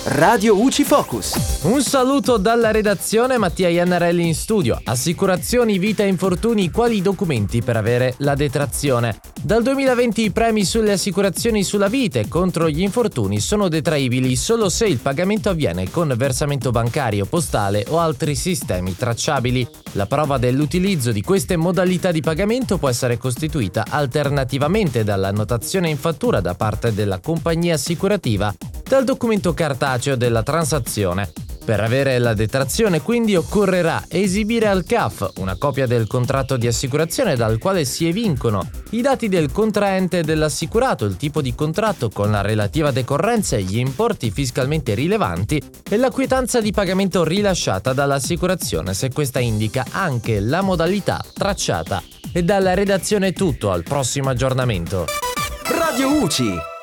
Radio UCI Focus. Un saluto dalla redazione, Mattia Iannarelli in studio. Assicurazioni, vita e infortuni, quali documenti per avere la detrazione? Dal 2020 i premi sulle assicurazioni sulla vita e contro gli infortuni sono detraibili solo se il pagamento avviene con versamento bancario, postale o altri sistemi tracciabili. La prova dell'utilizzo di queste modalità di pagamento può essere costituita alternativamente dall'annotazione in fattura da parte della compagnia assicurativa dal documento cartaceo della transazione. Per avere la detrazione quindi occorrerà esibire al CAF una copia del contratto di assicurazione dal quale si evincono i dati del contraente e dell'assicurato, il tipo di contratto con la relativa decorrenza e gli importi fiscalmente rilevanti e la quietanza di pagamento rilasciata dall'assicurazione se questa indica anche la modalità tracciata. E dalla redazione è tutto, al prossimo aggiornamento. Radio UCI.